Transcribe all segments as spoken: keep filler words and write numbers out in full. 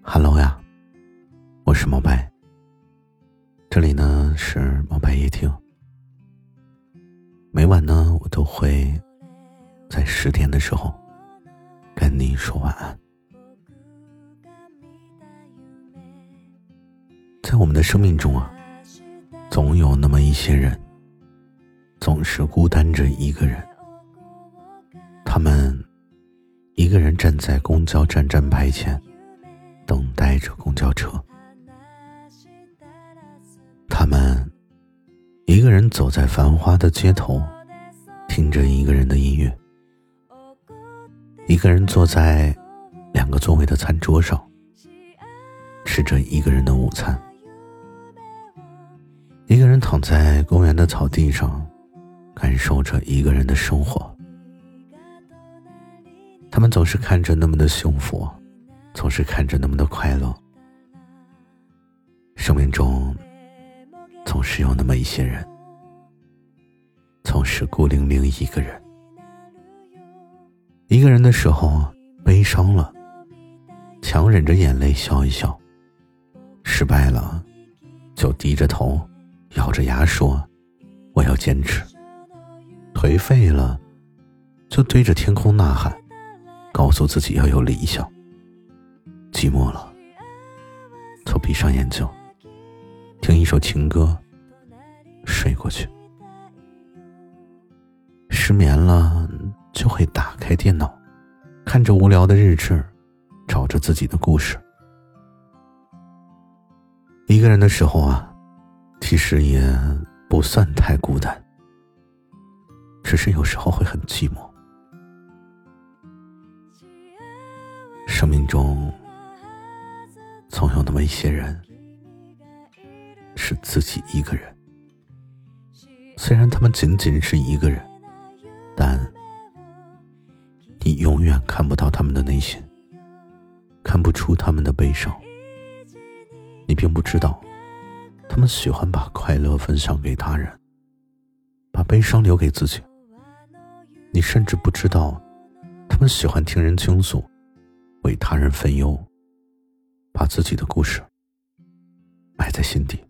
Hello 呀，我是毛白，这里呢是毛白夜听。每晚呢我都会在十点的时候跟你说晚安。在我们的生命中啊，总有那么一些人总是孤单着一个人，他们一个人站在公交站站牌前等待着公交车，他们一个人走在繁华的街头，听着一个人的音乐，一个人坐在两个座位的餐桌上，吃着一个人的午餐，一个人躺在公园的草地上，感受着一个人的生活。他们总是看着那么的幸福，总是看着那么的快乐。生命中总是有那么一些人，总是孤零零一个人。一个人的时候悲伤了，强忍着眼泪笑一笑，失败了就低着头咬着牙说我要坚持，颓废了就对着天空呐喊，告诉自己要有理想，寂寞了就闭上眼睛听一首情歌睡过去，失眠了就会打开电脑，看着无聊的日志，找着自己的故事。一个人的时候啊，其实也不算太孤单，只是有时候会很寂寞。生命中总有那么一些人是自己一个人，虽然他们仅仅是一个人，但你永远看不到他们的内心，看不出他们的悲伤。你并不知道他们喜欢把快乐分享给他人，把悲伤留给自己。你甚至不知道他们喜欢听人倾诉，为他人分忧，把自己的故事埋在心底。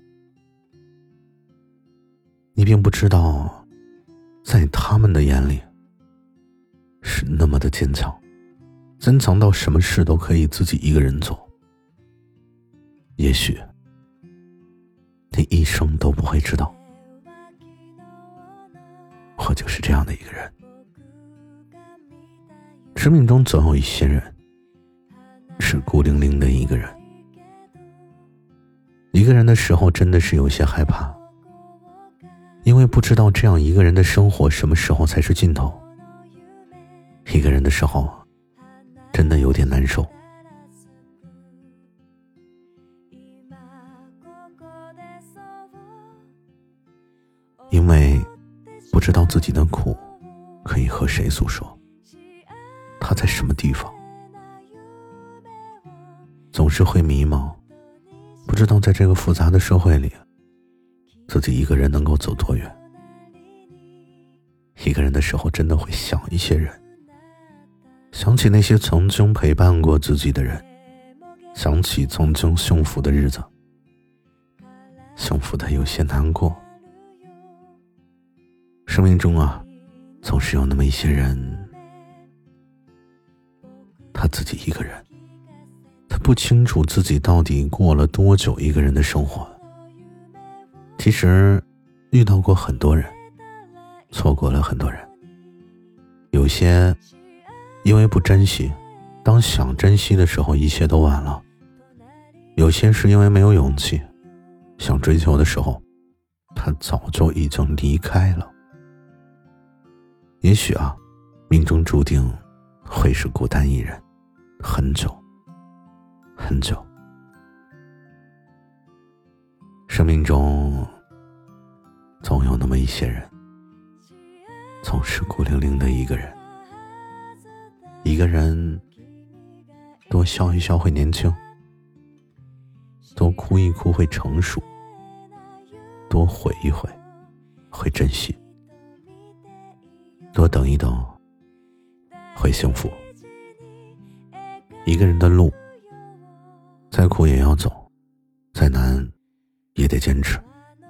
你并不知道在他们的眼里是那么的坚强，坚强到什么事都可以自己一个人做。也许你一生都不会知道，我就是这样的一个人。生命中总有一些人是孤零零的一个人，一个人的时候真的是有些害怕，因为不知道这样一个人的生活什么时候才是尽头。一个人的时候真的有点难受，因为不知道自己的苦可以和谁诉说，他在什么地方，总是会迷茫，不知道在这个复杂的社会里自己一个人能够走多远。一个人的时候真的会想一些人，想起那些曾经陪伴过自己的人，想起曾经幸福的日子，幸福的有些难过。生命中啊，总是有那么一些人，他自己一个人，他不清楚自己到底过了多久一个人的生活。其实遇到过很多人，错过了很多人，有些因为不珍惜，当想珍惜的时候一切都晚了，有些是因为没有勇气，想追求的时候他早就已经离开了。也许啊，命中注定会是孤单一人，很久很久。生命中总有那么一些人，总是孤零零的一个人。一个人多笑一笑会年轻，多哭一哭会成熟，多悔一悔会珍惜，多等一等会幸福。一个人的路再苦也要走，再难也得坚持。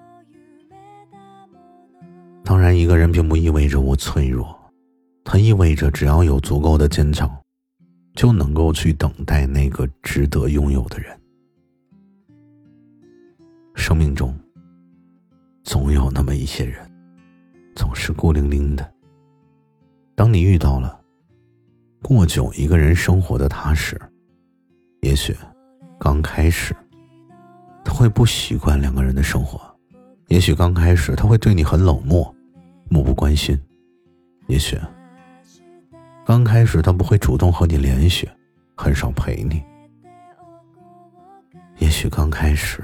当然，一个人并不意味着我脆弱，它意味着只要有足够的坚强，就能够去等待那个值得拥有的人。生命中总有那么一些人，总是孤零零的。当你遇到了过久一个人生活的踏实，也许刚开始他会不习惯两个人的生活，也许刚开始他会对你很冷漠，漠不关心，也许刚开始他不会主动和你联系，很少陪你，也许刚开始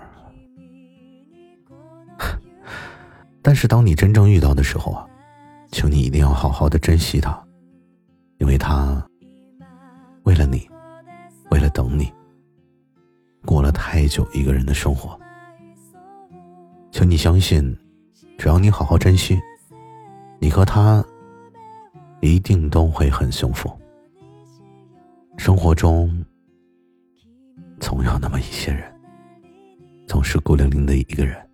但是当你真正遇到的时候啊，请你一定要好好的珍惜他，因为他为了你，为了等你，过了太久一个人的生活。请你相信，只要你好好珍惜，你和他一定都会很幸福。生活中总有那么一些人，总是孤零零的一个人。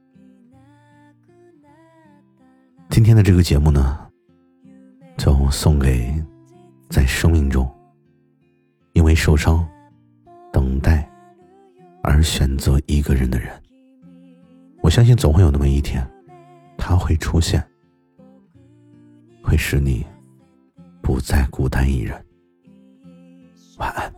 今天的这个节目呢，就送给在生命中因为受伤等待而选择一个人的人。我相信总会有那么一天，他会出现，会使你不再孤单一人。晚安。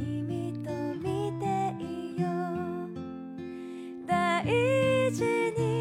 大事に